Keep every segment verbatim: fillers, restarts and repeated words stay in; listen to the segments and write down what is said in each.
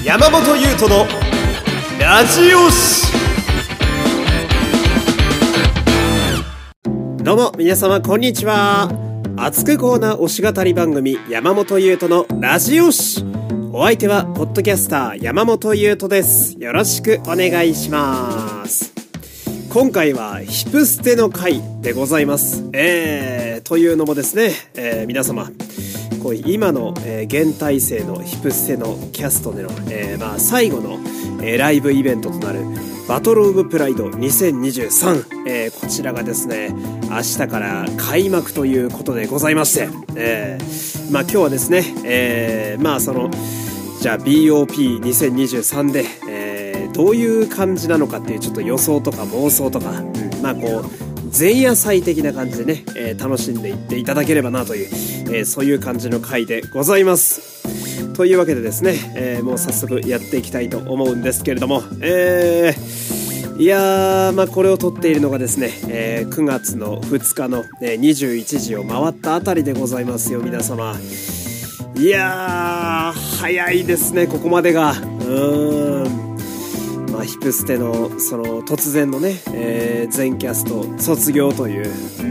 山本優斗のラジオシ。どうも皆様こんにちは。熱くコーナー推し語り番組山本優斗のラジオシ。お相手はポッドキャスター山本優斗です。よろしくお願いします。今回はヒプステの回でございます。えー、というのもですね、えー、皆様こう今の、えー、現体制のヒプステのキャストでの、えーまあ、最後の、えー、ライブイベントとなるバトルオブプライドにせんにじゅうさん、えー、こちらがですね明日から開幕ということでございまして、えー、まあ今日はですね、えー、まあそのじゃあ ビーオーピーにせんにじゅうさん で、えー、どういう感じなのかっていうちょっと予想とか妄想とか、うん、まあこう前夜祭的な感じでね、えー、楽しんでいっていただければなという、えー、そういう感じの回でございます。というわけでですね、えー、もう早速やっていきたいと思うんですけれども、えー、いやー、まあこれを撮っているのがですね、えー、くがつのふつかの、えー、にじゅういちじを回ったあたりでございますよ皆様。いやー早いですねここまでが。うーんまあ、ヒプステのその突然のね、えー、全キャスト卒業という、うん、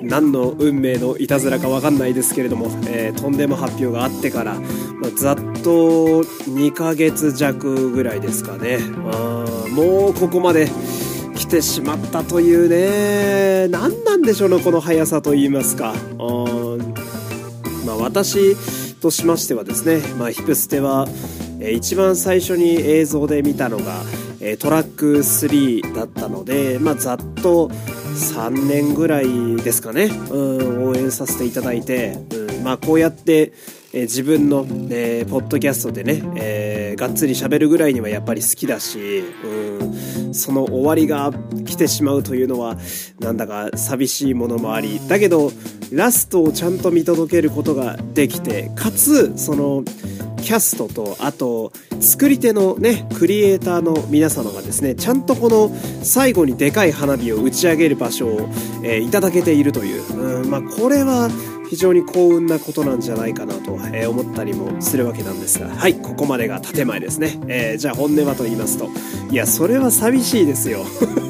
何の運命のいたずらか分かんないですけれども、えー、とんでも発表があってから、まあ、ざっとにかげつじゃくぐらいですかね。あもうここまで来てしまったというね、何なんでしょうねこの速さといいますか。あまあ、私としましてはですね、まあ、ヒプステは一番最初に映像で見たのがトラックスリーだったので、まあ、ざっとさんねんぐらいですかね、うん、応援させていただいて、うんまあ、こうやって自分の、えー、ポッドキャストでね、えー、がっつり喋るぐらいにはやっぱり好きだし、うん、その終わりが来てしまうというのはなんだか寂しいものもあり、だけどラストをちゃんと見届けることができて、かつそのキャストとあと作り手のねクリエイターの皆様がですねちゃんとこの最後にでかい花火を打ち上げる場所を、えー、いただけているという、うんまあ、これは非常に幸運なことなんじゃないかなと思ったりもするわけなんですが、はい、ここまでが建前ですね。えー、じゃあ本音はと言いますと、いやそれは寂しいですよ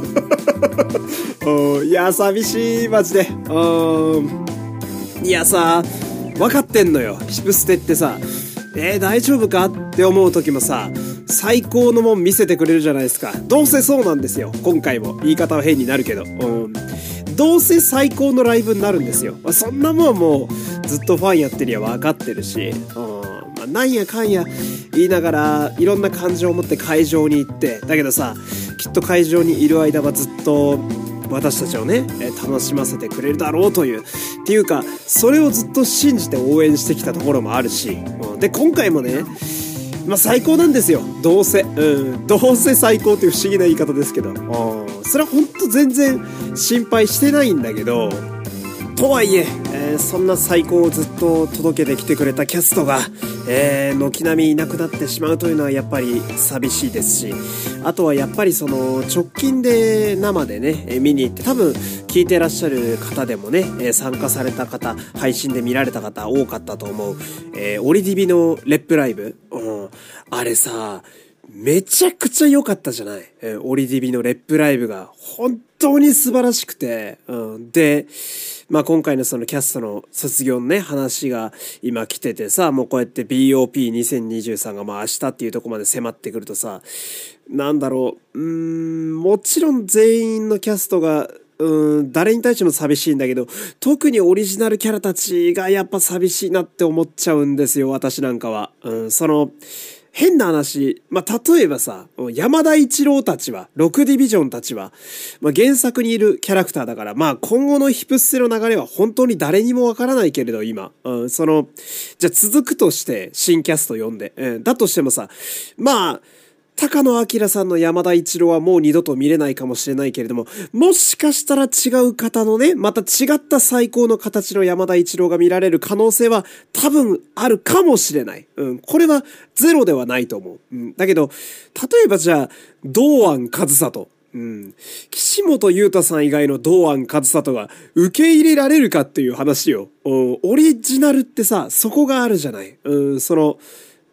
いや寂しいマジで。いやさ分かってんのよヒプステってさ、えー、大丈夫かって思う時もさ最高のもん見せてくれるじゃないですか。どうせそうなんですよ今回も。言い方は変になるけど、うんどうせ最高のライブになるんですよ。まあ、そんなもんもうずっとファンやってりゃ分かってるし、うんまあ、なんやかんや言いながらいろんな感情を持って会場に行って、だけどさきっと会場にいる間はずっと私たちをね楽しませてくれるだろうというっていうかそれをずっと信じて応援してきたところもあるし、うん、で今回もねまあ最高なんですよどうせ、うん、どうせ最高っていう不思議な言い方ですけど、それはほんと全然心配してないんだけど、とはいええー、そんな最高をずっと届けてきてくれたキャストが、えー、軒並みいなくなってしまうというのはやっぱり寂しいですし、あとはやっぱりその直近で生でね、えー、見に行って多分聞いてらっしゃる方でもね、えー、参加された方配信で見られた方多かったと思う、えー、オリディビのレップライブ、うん、あれさめちゃくちゃ良かったじゃない、えー、オリディビのレップライブが本当に素晴らしくて、うん、でまあ今回のそのキャストの卒業のね話が今来ててさ、もうこうやって ビーオーピーにせんにじゅうさん がまあ明日っていうところまで迫ってくるとさ、なんだろう、うーんもちろん全員のキャストがうん誰に対しても寂しいんだけど、特にオリジナルキャラたちがやっぱ寂しいなって思っちゃうんですよ私なんかは。うんその変な話、まあ、例えばさ、山田一郎たちは、ろくディビジョンたちは、まあ、原作にいるキャラクターだから、まあ、今後のヒプステの流れは本当に誰にもわからないけれど、今、うん、その、じゃあ続くとして新キャスト呼んで、うん、だとしてもさ、まあ、高野明さんの山田一郎はもう二度と見れないかもしれないけれども、もしかしたら違う方のね、また違った最高の形の山田一郎が見られる可能性は多分あるかもしれない。うん、これはゼロではないと思う。うん、だけど、例えばじゃあ、堂安和里。うん、岸本裕太さん以外の堂安和里が受け入れられるかっていう話よ。オリジナルってさ、そこがあるじゃない。うん、その、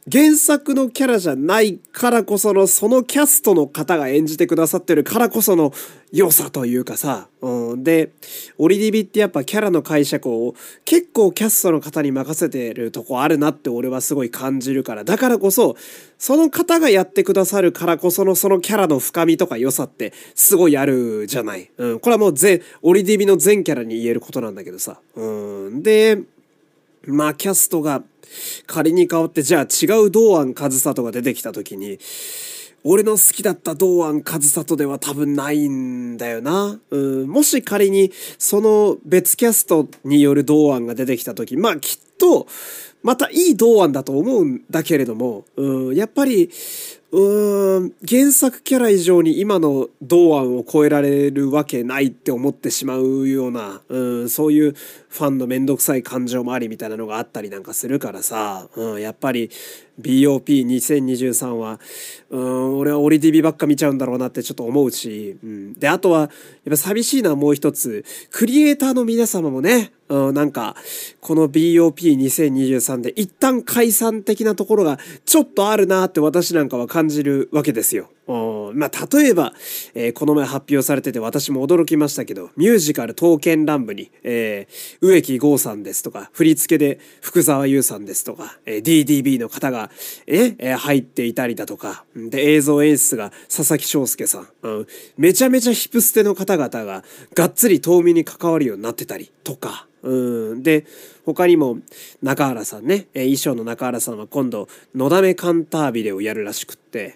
原作のキャラじゃないからこその、そのキャストの方が演じてくださってるからこその良さというかさ、うん、で、オリディビってやっぱキャラの解釈を結構キャストの方に任せてるとこあるなって俺はすごい感じるから、だからこそ、その方がやってくださるからこそのそのキャラの深みとか良さってすごいあるじゃない。うん、これはもう全、オリディビの全キャラに言えることなんだけどさ。うん、で、まあキャストが仮に変わってじゃあ違う堂安和里が出てきた時に俺の好きだった堂安和里では多分ないんだよな。うん、もし仮にその別キャストによる堂安が出てきた時、まあきっとまたいい堂安だと思うんだけれども、うん、やっぱりうーん、原作キャラ以上に今の堂安を超えられるわけないって思ってしまうような、うん、そういうファンのめんどくさい感情もありみたいなのがあったりなんかするからさ、うん、やっぱり ビーオーピーにせんにじゅうさん は、うん、俺はオリディビばっか見ちゃうんだろうなってちょっと思うし、うん、で、あとは、やっぱ寂しいのはもう一つ、クリエイターの皆様もね、うん、なんか、この ビーオーピーにせんにじゅうさん で一旦解散的なところがちょっとあるなって私なんかは感じるわけですよ。まあ、例えば、えー、この前発表されてて私も驚きましたけど、ミュージカル刀剣乱舞に、えー、植木剛さんですとか、振り付けで福沢優さんですとか、えー、ディーディービー の方が、ええー、入っていたりだとか、で、映像演出が佐々木翔介さん、うん、めちゃめちゃヒプステの方々ががっつり東美に関わるようになってたりとか、うん。で、他にも中原さんね、えー、衣装の中原さんは今度、のだめカンタービレをやるらしくって、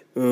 うん。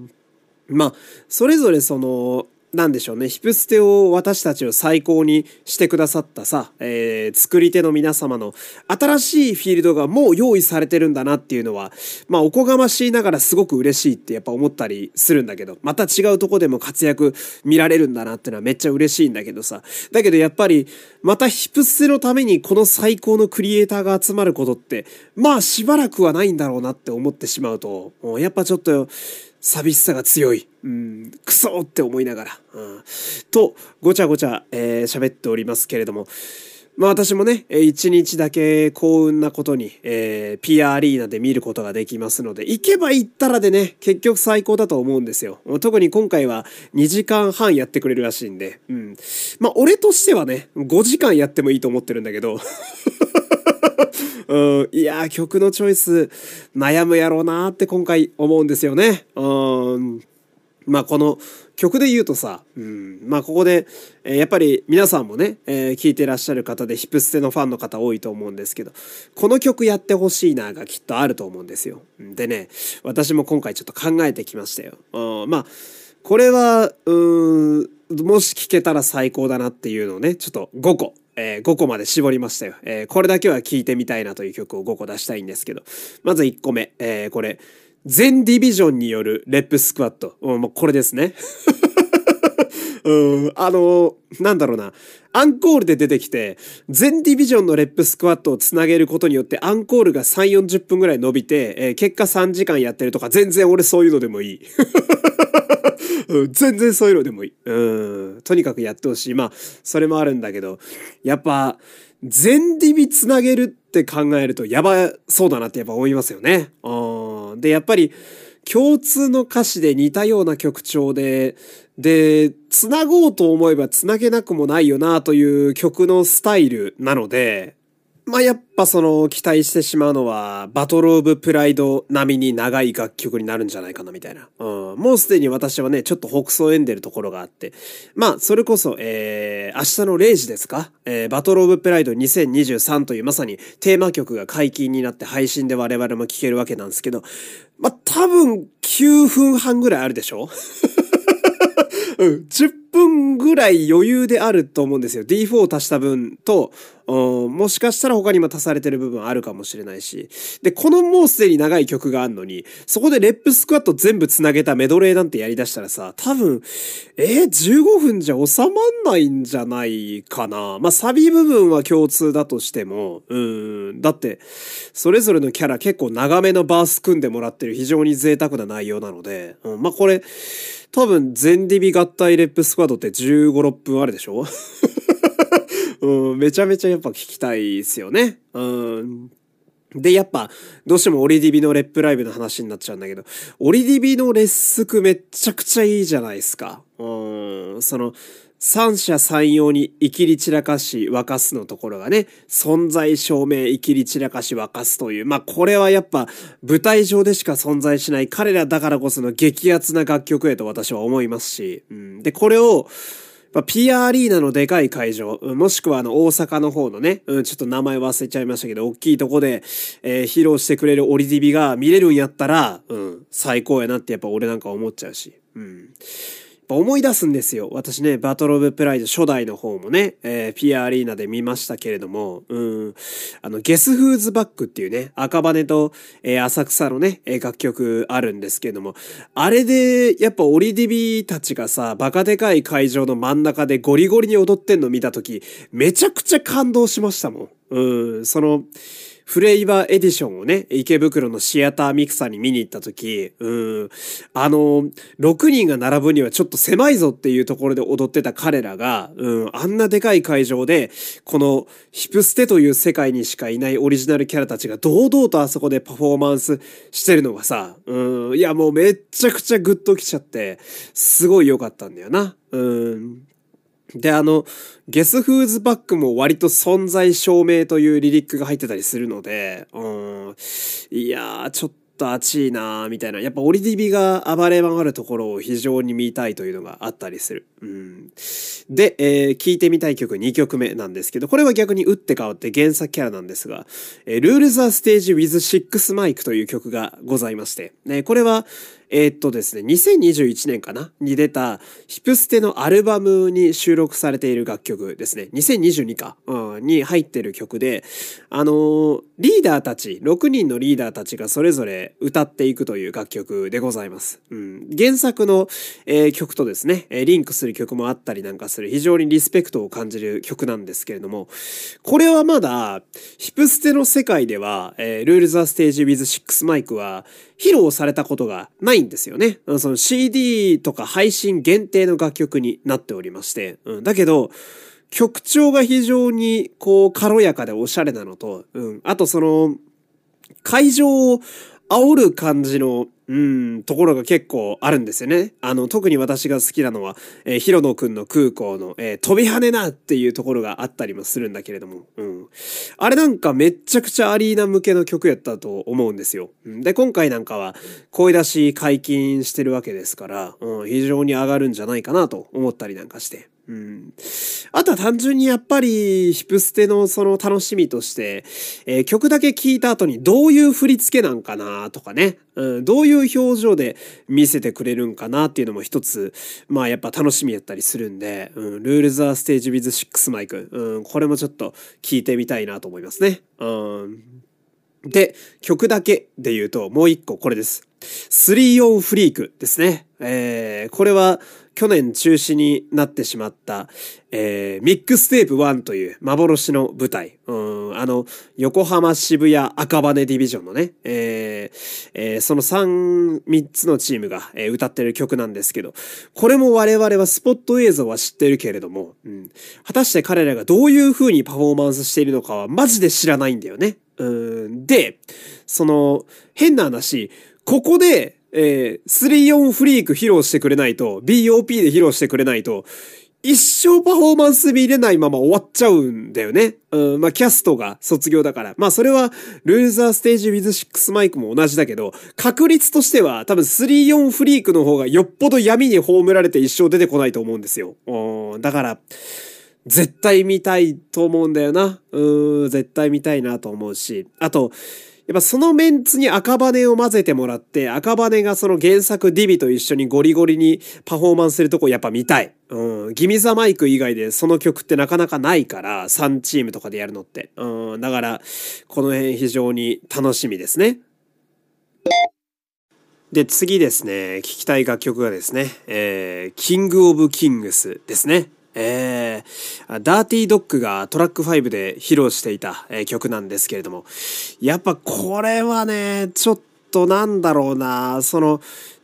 まあ、それぞれその、なんでしょうね、ヒプステを私たちを最高にしてくださったさ、えー、作り手の皆様の新しいフィールドがもう用意されてるんだなっていうのは、まあおこがましいながらすごく嬉しいってやっぱ思ったりするんだけど、また違うとこでも活躍見られるんだなっていうのはめっちゃ嬉しいんだけどさ、だけどやっぱりまたヒプステのためにこの最高のクリエイターが集まることって、まあしばらくはないんだろうなって思ってしまうと、やっぱちょっと寂しさが強い。うん、クソって思いながら。うん、と、ごちゃごちゃ、えー、喋っておりますけれども。まあ私もね、一日だけ幸運なことに、えー、ピーアール アリーナで見ることができますので、行けば行ったらでね、結局最高だと思うんですよ。特に今回はにじかんはんやってくれるらしいんで。うん。まあ俺としてはね、ごじかんやってもいいと思ってるんだけど。うん、いやー、曲のチョイス悩むやろうなーって今回思うんですよね。うん。まあこの曲で言うとさ、うん、まあここで、えー、やっぱり皆さんもね、えー、聴いてらっしゃる方でヒプステのファンの方多いと思うんですけど、この曲やってほしいながきっとあると思うんですよ。でね、私も今回ちょっと考えてきましたよ。うん、まあこれは、うーん、もし聴けたら最高だなっていうのをね、ちょっとごこ。えー、ごこまで絞りましたよ。えー、これだけは聴いてみたいなという曲をごこ出したいんですけど。まずいっこめ。えー、これ、全ディビジョンによるレップスクワット。うん、もうこれですね。うん、あのー、なんだろうな。アンコールで出てきて、全ディビジョンのレップスクワットをつなげることによってアンコールがさん、よんじゅっぷんぐらい伸びて、えー、結果さんじかんやってるとか、全然俺そういうのでもいい。うん、全然そういうのでもいい。うん。とにかくやってほしい。まあ、それもあるんだけど、やっぱ、全ディビつなげるって考えるとやばそうだなってやっぱ思いますよね。うん。で、やっぱり、共通の歌詞で似たような曲調で、で、つなごうと思えばつなげなくもないよなという曲のスタイルなので、まあ、やっぱその期待してしまうのはバトルオブプライド並みに長い楽曲になるんじゃないかなみたいな。うん、もうすでに私はね、ちょっと北総えんでるところがあって。まあ、それこそ、えー、明日のれいじですか、えー、バトルオブプライドにせんにじゅうさんというまさにテーマ曲が解禁になって配信で我々も聴けるわけなんですけど、まあ、多分きゅうふんはんぐらいあるでしょうん、じゅっぷんぐらい余裕であると思うんですよ。ディーフォー 足した分と、うん、もしかしたら他にも足されてる部分あるかもしれないし。で、このもうすでに長い曲があるのに、そこでレップスクワット全部つなげたメドレーなんてやり出したらさ、多分、えー、じゅうごふんじゃ収まんないんじゃないかな。まあ、サビ部分は共通だとしても、うん、だって、それぞれのキャラ結構長めのバース組んでもらってる非常に贅沢な内容なので、うん、まあ、これ、多分全ディビ合体レップスクワットってじゅうご、ろっぷんあるでしょうん、めちゃめちゃやっぱ聞きたいですよね。うん。 で、やっぱ、どうしてもオリディビのレップライブの話になっちゃうんだけど、オリディビのレッスクめっちゃくちゃいいじゃないですか。うーん、その、三者三様に生きり散らかし沸かすのところがね、存在証明生きり散らかし沸かすという、まあこれはやっぱ舞台上でしか存在しない彼らだからこその激アツな楽曲へと私は思いますし、うん、で、これを、まあ、ピアアリーナのでかい会場、もしくはあの大阪の方のね、うん、ちょっと名前忘れちゃいましたけど、大きいとこで、えー、披露してくれるオリディビが見れるんやったら、うん、最高やなってやっぱ俺なんか思っちゃうし、うん。思い出すんですよ。私ね、バトルオブプライド初代の方もね、えー、ピアアリーナで見ましたけれども、うん、あの、ゲスフーズバックっていうね、赤羽と、えー、浅草のね、楽曲あるんですけれども、あれで、やっぱオリディビたちがさ、バカでかい会場の真ん中でゴリゴリに踊ってんの見たとき、めちゃくちゃ感動しましたもん。うん、その、フレイバーエディションをね、池袋のシアターミクサーに見に行った時、うん、あの、ろくにんが並ぶにはちょっと狭いぞっていうところで踊ってた彼らが、うん、あんなでかい会場で、このヒプステという世界にしかいないオリジナルキャラたちが堂々とあそこでパフォーマンスしてるのがさ、うん、いやもうめっちゃくちゃグッときちゃって、すごい良かったんだよな。うんで、あの、ゲスフーズバックも割と存在証明というリリックが入ってたりするので、うん、いやー、ちょっと熱いなーみたいな。やっぱオリディビが暴れ回るところを非常に見たいというのがあったりする。うん、で、えー、聴いてみたい曲にきょくめなんですけど、これは逆に打って変わって原作キャラなんですが、えー、Rule the Stage with Six Mike という曲がございまして、ね、これは、えー、っとですね、にせんにじゅういちねんかなに出たヒプステのアルバムに収録されている楽曲ですね。にせんにじゅうにか、うん、に入ってる曲で、あのー、リーダーたち、ろくにんのリーダーたちがそれぞれ歌っていくという楽曲でございます。うん、原作の、えー、曲とですね、リンクする曲もあったりなんかする非常にリスペクトを感じる曲なんですけれども、これはまだヒプステの世界では、えー、Rule the Stage with Six Mike は披露されたことがないんですよね。その シーディー とか配信限定の楽曲になっておりまして。うん、だけど、曲調が非常にこう軽やかでおしゃれなのと、うん、あとその、会場を煽る感じの、うん、ところが結構あるんですよね。あの、特に私が好きなのは、えー、ヒロノくんの空港の、えー、飛び跳ねなっていうところがあったりもするんだけれども、うん。あれなんかめっちゃくちゃアリーナ向けの曲やったと思うんですよ。で、今回なんかは声出し解禁してるわけですから、うん、非常に上がるんじゃないかなと思ったりなんかして。うん、あとは単純にやっぱりヒプステのその楽しみとして、えー、曲だけ聴いた後にどういう振り付けなんかなとかね、うん、どういう表情で見せてくれるんかなっていうのも一つ、まあやっぱ楽しみやったりするんで、うん、ルールザーステージ with シックスマイク、うん、これもちょっと聴いてみたいなと思いますね。うんで、曲だけで言うともう一個これです。スリーオンフリークですね。えー、これは去年中止になってしまった、えー、ミックステープワンという幻の舞台。うん、あの、横浜、渋谷、赤羽ディビジョンのね、えーえー、その3、3つのチームが、えー、歌ってる曲なんですけど、これも我々はスポット映像は知ってるけれども、うん、果たして彼らがどういう風にパフォーマンスしているのかはマジで知らないんだよね。うん、で、その、変な話、ここで、えー、スリーオンフリーク披露してくれないと、ビーオーピー で披露してくれないと、一生パフォーマンス見れないまま終わっちゃうんだよね。うん、まあ、キャストが卒業だから。まあ、それは、ルーザーステージ with シックスマイクも同じだけど、確率としては、多分スリーオンフリークの方がよっぽど闇に葬られて一生出てこないと思うんですよ。うん、だから、絶対見たいと思うんだよな。うん、絶対見たいなと思うし。あと、やっぱそのメンツに赤羽を混ぜてもらって、赤羽がその原作ディビと一緒にゴリゴリにパフォーマンスするとこやっぱ見たい。うん。ギミザマイク以外でその曲ってなかなかないから、さんチームとかでやるのって。うん。だから、この辺非常に楽しみですね。で、次ですね、聴きたい楽曲がですね、えー、キングオブキングスですね。えー、ダーティードッグがトラックファイブで披露していた、えー、曲なんですけれども、やっぱこれはね、ちょっとなんだろうな、その、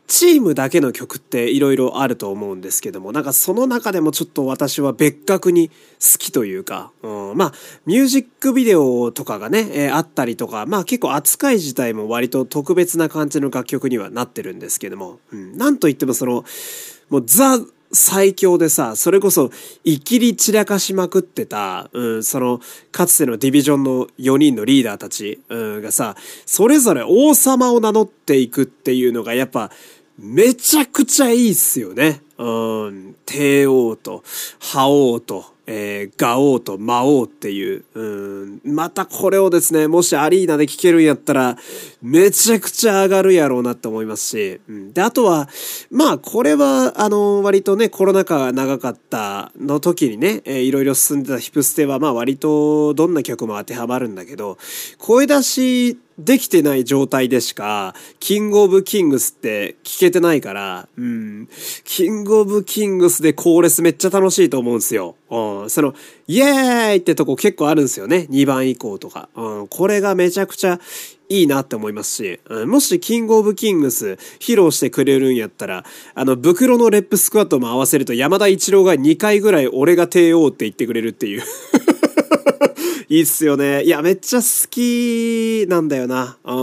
チームだけの曲っていろいろあると思うんですけども、なんかその中でもちょっと私は別格に好きというか、うん、まあミュージックビデオとかがね、えー、あったりとか、まあ結構扱い自体も割と特別な感じの楽曲にはなってるんですけども、うん、なんといってもそのもうザ最強でさ、それこそいきり散らかしまくってた、うん、そのかつてのディビジョンのよにんのリーダーたち、うん、がさ、それぞれ王様を名乗っていくっていうのがやっぱめちゃくちゃいいっすよね。うん、帝王と覇王と、えー、ガ王と魔王っていう、うん、またこれをですね、もしアリーナで聴けるんやったらめちゃくちゃ上がるやろうなって思いますし、うん、であとはまあこれはあの割とねコロナ禍が長かったの時にね、えー、いろいろ進んでたヒプステはまあ割とどんな曲も当てはまるんだけど、声出しできてない状態でしかキングオブキングスって聞けてないから、うん、キングオブキングスでコーレスめっちゃ楽しいと思うんですよ。うん、そのイエーイってとこ結構あるんですよね、にばん以降とか、うん、これがめちゃくちゃいいなって思いますし、うん、もしキングオブキングス披露してくれるんやったら、あの袋のレップスクワットも合わせると山田一郎がにかいぐらい俺が帝王って言ってくれるっていういいっすよね。いやめっちゃ好きなんだよな。うん、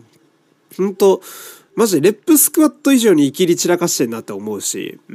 ほんとマジでレップスクワット以上にイキリ散らかしてんなって思うし、うん。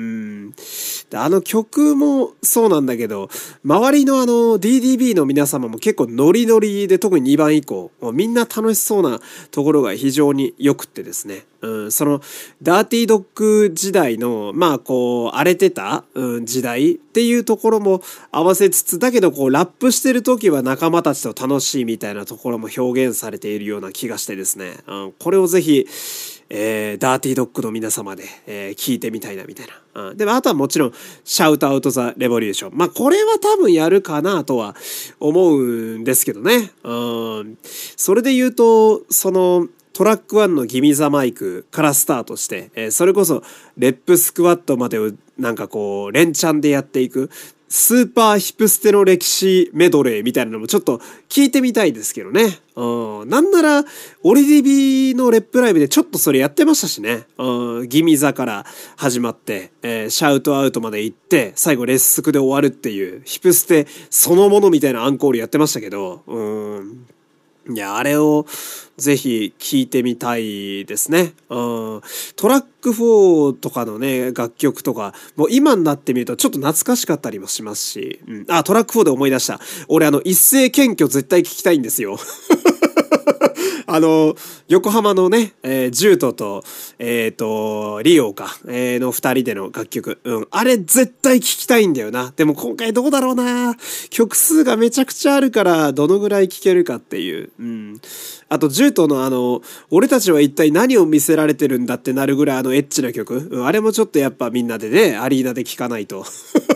であの曲もそうなんだけど、周りのあの ディーディービー の皆様も結構ノリノリで、特ににばん以降、もうみんな楽しそうなところが非常に良くってですね。うん、そのダーティードッグ時代のまあこう荒れてた、うん、時代っていうところも合わせつつ、だけどこうラップしてる時は仲間たちと楽しいみたいなところも表現されているような気がしてですね、うん、これをぜひ、えー、ダーティードッグの皆様で、えー、聞いてみたいなみたいな、うん、でもあとはもちろんシャウトアウトザレボリューション、まあこれは多分やるかなとは思うんですけどね、うん、それで言うとそのトラックワンのギミザマイクからスタートして、えー、それこそレップスクワットまでをなんかこう連チャンでやっていくスーパーヒプステの歴史メドレーみたいなのもちょっと聞いてみたいですけどね。うん、なんならオリディビのレップライブでちょっとそれやってましたしね。うん、ギミザから始まって、えー、シャウトアウトまで行って最後レッスクで終わるっていうヒプステそのものみたいなアンコールやってましたけど、うん、いやあれをぜひ聴いてみたいですね。うん、トラックフォーとかのね楽曲とかもう今になってみるとちょっと懐かしかったりもしますし、うん、あトラックフォーで思い出した。俺あの一斉検挙絶対聞きたいんですよ。あの横浜のね、えー、ジュートとえっ、ー、とリオか、えー、の二人での楽曲、うん、あれ絶対聞きたいんだよな。でも今回どうだろうな、曲数がめちゃくちゃあるからどのぐらい聴けるかっていう、うん、あとジュートのあの俺たちは一体何を見せられてるんだってなるぐらいあのエッチな曲、うん、あれもちょっとやっぱみんなでねアリーナで聴かないと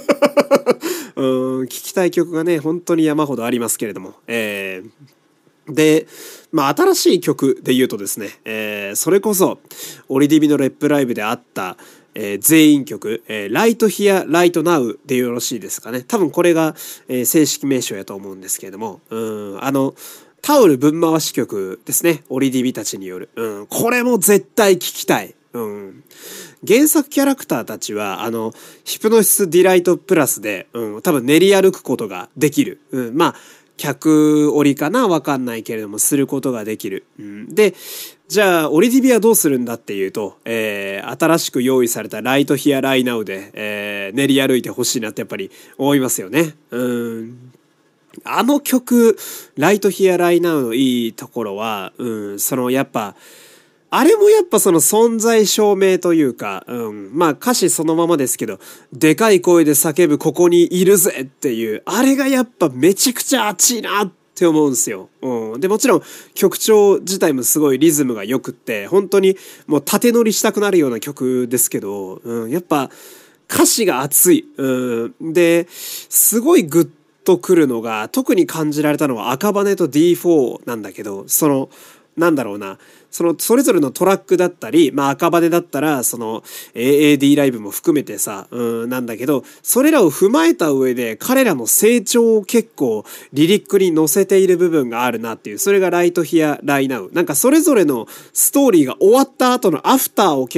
うん、聴きたい曲がね本当に山ほどありますけれども、えー、でまあ新しい曲で言うとですね、えー、それこそオリディビのレップライブであった、えー、全員曲、えー、ライトヒアライトナウでよろしいですかね。多分これが、えー、正式名称やと思うんですけれども、うんあのタオル分回し曲ですね、オリディビたちによる、うん、これも絶対聞きたい。うん、原作キャラクターたちはあのヒプノシスディライトプラスで、うん、多分練り歩くことができる、うん、まあ客折りかなわかんないけれどもすることができる、うん、でじゃあオリディビはどうするんだっていうと、えー、新しく用意されたライトヒアライナウで、えー、練り歩いてほしいなってやっぱり思いますよね。うんあの曲ライトヒアライナウのいいところは、うん、そのやっぱあれもやっぱその存在証明というか、うん、まあ歌詞そのままですけど、でかい声で叫ぶここにいるぜっていう、あれがやっぱめちゃくちゃ熱いなって思うんですよ。うん、でもちろん曲調自体もすごいリズムが良くって、本当にもう縦乗りしたくなるような曲ですけど、うん、やっぱ歌詞が熱い。うん、で、すごいグッとくるのが、特に感じられたのは赤羽と ディーフォー なんだけど、その、なんだろうな、そのそれぞれのトラックだったり、まあ赤羽だったらその エーエーディー ライブも含めてさ、うんなんだけど、それらを踏まえた上で彼らの成長を結構リリックに乗せている部分があるなっていう、それがライトヒアライナウ。なんかそれぞれのストーリーが終わった後のアフターをけ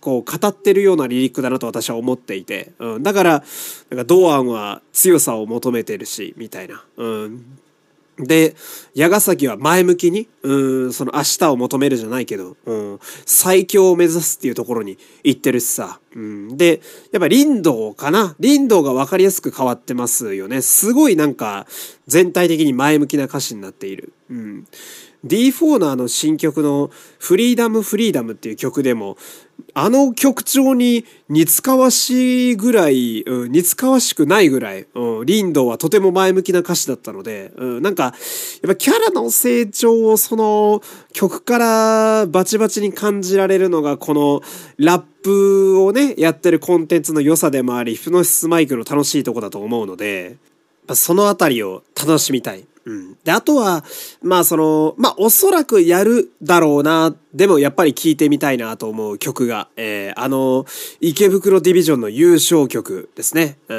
こう語ってるようなリリックだなと私は思っていて、うん、だからなんか堂安は強さを求めてるしみたいな、うん、で矢ヶ崎は前向きに、うん、その明日を求めるじゃないけど、うん、最強を目指すっていうところに行ってるしさ、うん、でやっぱ林道かな、林道が分かりやすく変わってますよね。すごいなんか全体的に前向きな歌詞になっている。うん、ディーフォー のあの新曲のフリーダムフリーダムっていう曲でもあの曲調に似つかわしいぐらい、うん、似つかわしくないぐらい、うん、林道はとても前向きな歌詞だったので、うん、なんかやっぱキャラの成長をその曲からバチバチに感じられるのがこのラップをねやってるコンテンツの良さでもあり、ヒプノシスマイクの楽しいとこだと思うので、そのあたりを楽しみたい。うん、であとはまあそのまあおそらくやるだろうな、でもやっぱり聴いてみたいなと思う曲が、えー、あの池袋ディビジョンの優勝曲ですね。うん、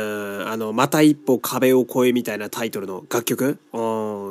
あのまた一歩壁を越えみたいなタイトルの楽曲。うん、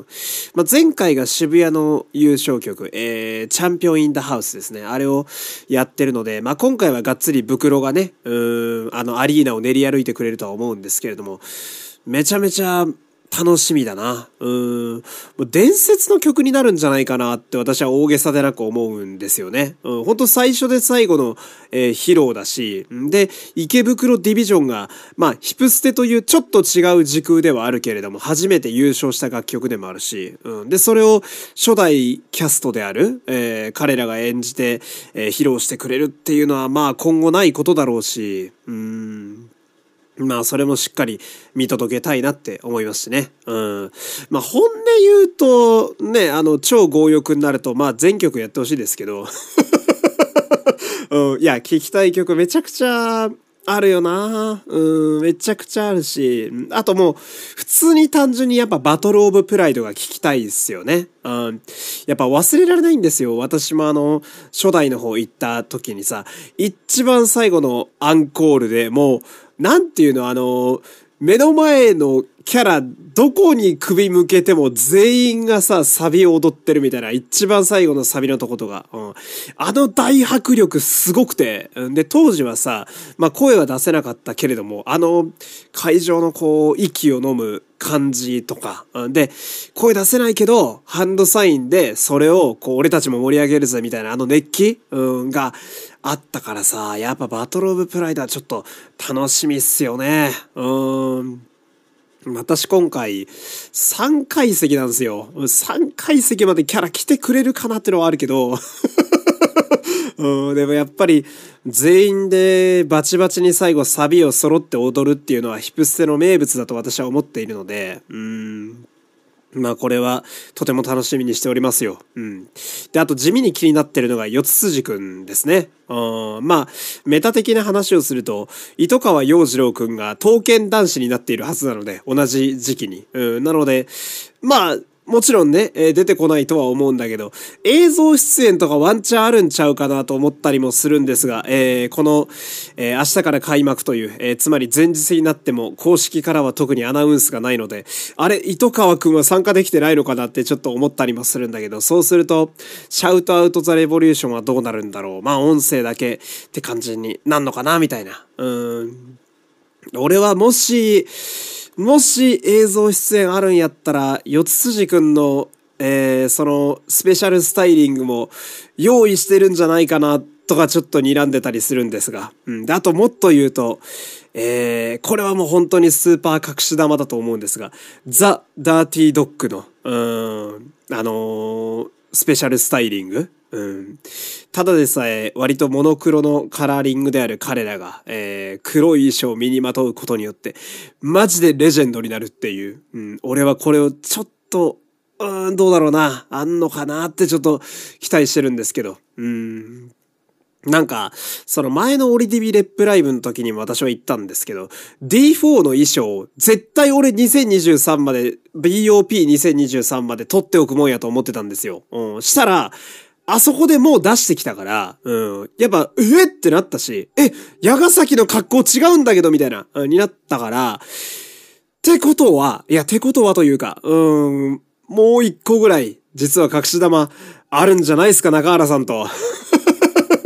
まあ、前回が渋谷の優勝曲、えー、チャンピオンインダハウスですね。あれをやってるので、まあ、今回はがっつり袋がね、うん、あのアリーナを練り歩いてくれるとは思うんですけれども、めちゃめちゃ楽しみだな。うーん。もう伝説の曲になるんじゃないかなって私は大げさでなく思うんですよね。うん。本当最初で最後の、えー、披露だし。で、池袋ディビジョンが、まあ、ヒプステというちょっと違う時空ではあるけれども、初めて優勝した楽曲でもあるし。うん。で、それを初代キャストである、えー、彼らが演じて、えー、披露してくれるっていうのは、まあ、今後ないことだろうし。うーん。まあそれもしっかり見届けたいなって思いますしね。うん。まあ本音言うとね、あの超強欲になるとまあ全曲やってほしいですけど、うん、いや聴きたい曲めちゃくちゃあるよな。うん、めちゃくちゃあるし、あともう普通に単純にやっぱバトルオブプライドが聴きたいですよね。うん、やっぱ忘れられないんですよ。私もあの初代の方行った時にさ、一番最後のアンコールでもうなんていうの、あの目の前のキャラどこに首向けても全員がさサビを踊ってるみたいな、一番最後のサビのとことが、うん、あの大迫力すごくて、で当時はさ、まあ声は出せなかったけれども、あの会場のこう息を飲む感じとかで、声出せないけどハンドサインでそれをこう俺たちも盛り上げるぜみたいなあの熱気、うん、があったからさ、やっぱバトルオブプライドはちょっと楽しみっすよね。うん。私今回さんかい席なんですよ。さんかい席までキャラ来てくれるかなってのはあるけど、うん、でもやっぱり全員でバチバチに最後サビを揃って踊るっていうのはヒプステの名物だと私は思っているので、うーん。まあこれはとても楽しみにしておりますよ。うん。で、あと地味に気になってるのが四辻くんですね。うん、まあメタ的な話をすると糸川陽次郎くんが刀剣男子になっているはずなので、同じ時期に。うん、なのでまあもちろんね、えー、出てこないとは思うんだけど、映像出演とかワンチャンあるんちゃうかなと思ったりもするんですが、えー、この、えー、明日から開幕という、えー、つまり前日になっても公式からは特にアナウンスがないので、あれ、糸川くんは参加できてないのかなってちょっと思ったりもするんだけど、そうすると、シャウトアウトザレボリューションはどうなるんだろう。まあ音声だけって感じになんのかなみたいな。うーん。俺はもし、もし映像出演あるんやったら四辻くんの、えー、そのスペシャルスタイリングも用意してるんじゃないかなとかちょっと睨んでたりするんですが、うん、であともっと言うと、えー、これはもう本当にスーパー隠し玉だと思うんですが、ザ・ダーティードッグのうーんあのー、スペシャルスタイリング、うん、ただでさえ割とモノクロのカラーリングである彼らが、えー、黒い衣装を身にまとうことによってマジでレジェンドになるっていう、うん、俺はこれをちょっとうーんどうだろうな、あんのかなってちょっと期待してるんですけど、うーんなんか、その前のオリディビレップライブの時にも私は言ったんですけど、ディーフォー の衣装、絶対俺にせんにじゅうさんまで、ビーオーピーにせんにじゅうさん まで撮っておくもんやと思ってたんですよ。うん。したら、あそこでもう出してきたから、うん。やっぱ、えってなったし、え、矢ヶ崎の格好違うんだけど、みたいな、うん、になったから、ってことは、いや、ってことはというか、うん、もう一個ぐらい、実は隠し玉あるんじゃないですか、中原さんと。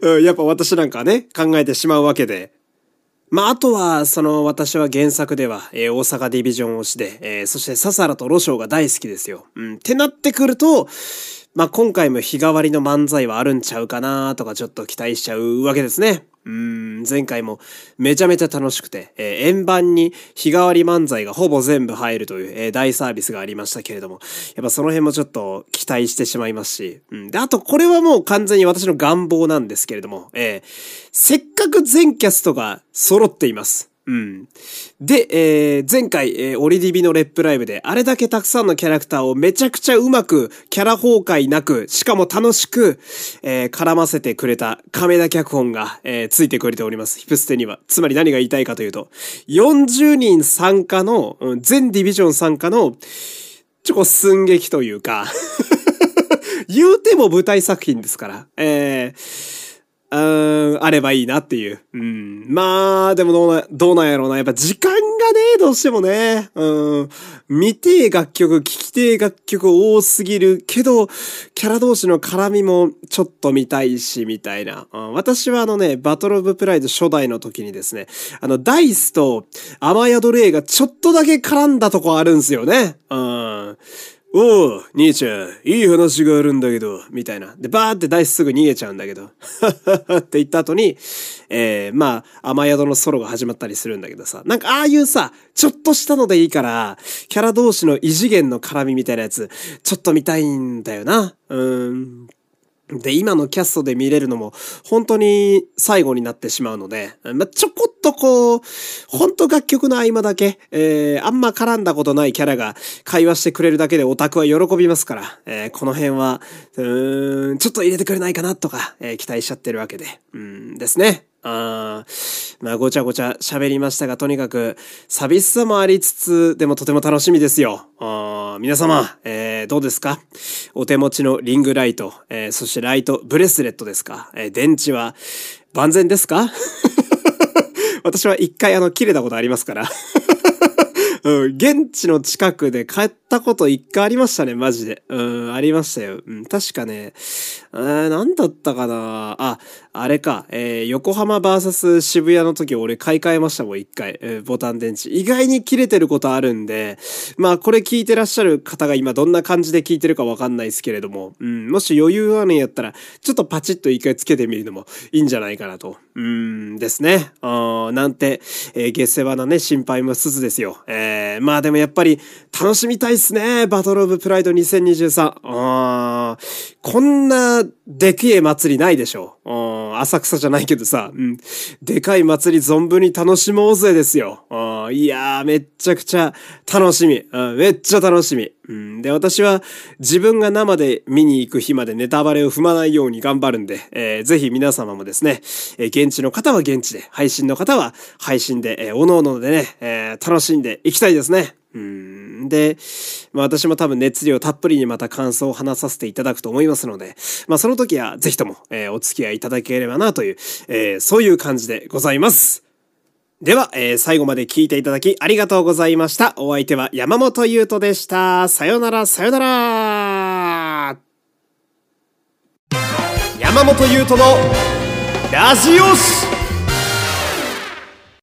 うん、やっぱ私なんかはね、考えてしまうわけで。まあ、あとは、その、私は原作では、えー、大阪ディビジョン推しで、えー、そしてササラとロショウが大好きですよ。うん。ってなってくると、まあ、今回も日替わりの漫才はあるんちゃうかなとかちょっと期待しちゃうわけですね。うーん、前回もめちゃめちゃ楽しくて、えー、円盤に日替わり漫才がほぼ全部入るという、えー、大サービスがありましたけれども、やっぱその辺もちょっと期待してしまいますし、うん。で、あとこれはもう完全に私の願望なんですけれども、えー、せっかく全キャストが揃っています。うん。で、えー、前回、えー、オリディビのレップライブで、あれだけたくさんのキャラクターをめちゃくちゃうまく、キャラ崩壊なく、しかも楽しく、えー、絡ませてくれた亀田脚本が、えー、ついてくれております。ヒプステには。つまり何が言いたいかというと、よんじゅうにん参加の、うん、全ディビジョン参加の、ちょこ寸劇というか、言うても舞台作品ですから、えー、うーん、あればいいなっていう。うん。まあ、でもどうな、どうなんやろうな。やっぱ時間がね、どうしてもね。うん。見てえ楽曲、聴きてえ楽曲多すぎるけど、キャラ同士の絡みもちょっと見たいし、みたいな。うん、私はあのね、バトルオブプライド初代の時にですね、あの、ダイスと雨宿レイがちょっとだけ絡んだとこあるんすよね。うん。おう、兄ちゃん、いい話があるんだけど、みたいな。で、バーってダイスすぐ逃げちゃうんだけど、はははって言った後に、えー、まあ、雨宿のソロが始まったりするんだけどさ、なんかああいうさ、ちょっとしたのでいいから、キャラ同士の異次元の絡みみたいなやつ、ちょっと見たいんだよな。うーん。で、今のキャストで見れるのも、本当に最後になってしまうので、まあ、ちょこっとこう、本当楽曲の合間だけ、えー、あんま絡んだことないキャラが会話してくれるだけでオタクは喜びますから、えー、この辺は、うーん、ちょっと入れてくれないかなとか、えー、期待しちゃってるわけで、うんですね。あー、まあ、ごちゃごちゃ喋りましたが、とにかく、寂しさもありつつ、でもとても楽しみですよ。あー、皆様、えー、どうですか？お手持ちのリングライト、えー、そしてライト、ブレスレットですか？えー、電池は万全ですか？私は一回あの、切れたことありますから。うん、現地の近くで買ったこと一回ありましたね、マジで。うん、ありましたよ。うん、確かね、えー、なんだったかなあ、あれか、えー、横浜 ブイエス 渋谷の時俺買い替えましたもん、一回、えー。ボタン電池。意外に切れてることあるんで、まあこれ聞いてらっしゃる方が今どんな感じで聞いてるかわかんないですけれども、うん、もし余裕あるんやったら、ちょっとパチッと一回つけてみるのもいいんじゃないかなと。うん、ですね。あなんて、えー、下世話なね、心配もしつつですよ。えー、まあでもやっぱり楽しみたいっすね。バトルオブプライドにせんにじゅうさん。あこんなでけえ祭りないでしょ。浅草じゃないけどさ、うん、でかい祭り存分に楽しもうぜですよ。いやー、めっちゃくちゃ楽しみ。うん、めっちゃ楽しみ。うん、で、私は自分が生で見に行く日までネタバレを踏まないように頑張るんで、えー、ぜひ皆様もですね、えー、現地の方は現地で、配信の方は配信で、えー、おのおのでね、えー、楽しんでいきたいですね。うんで、まあ私も多分熱量たっぷりにまた感想を話させていただくと思いますので、まあその時はぜひとも、えー、お付き合いいただければなという、えー、そういう感じでございます。では、えー、最後まで聞いていただきありがとうございました。お相手は山本優斗でした。さよなら、さよなら。山本優斗のラジオシ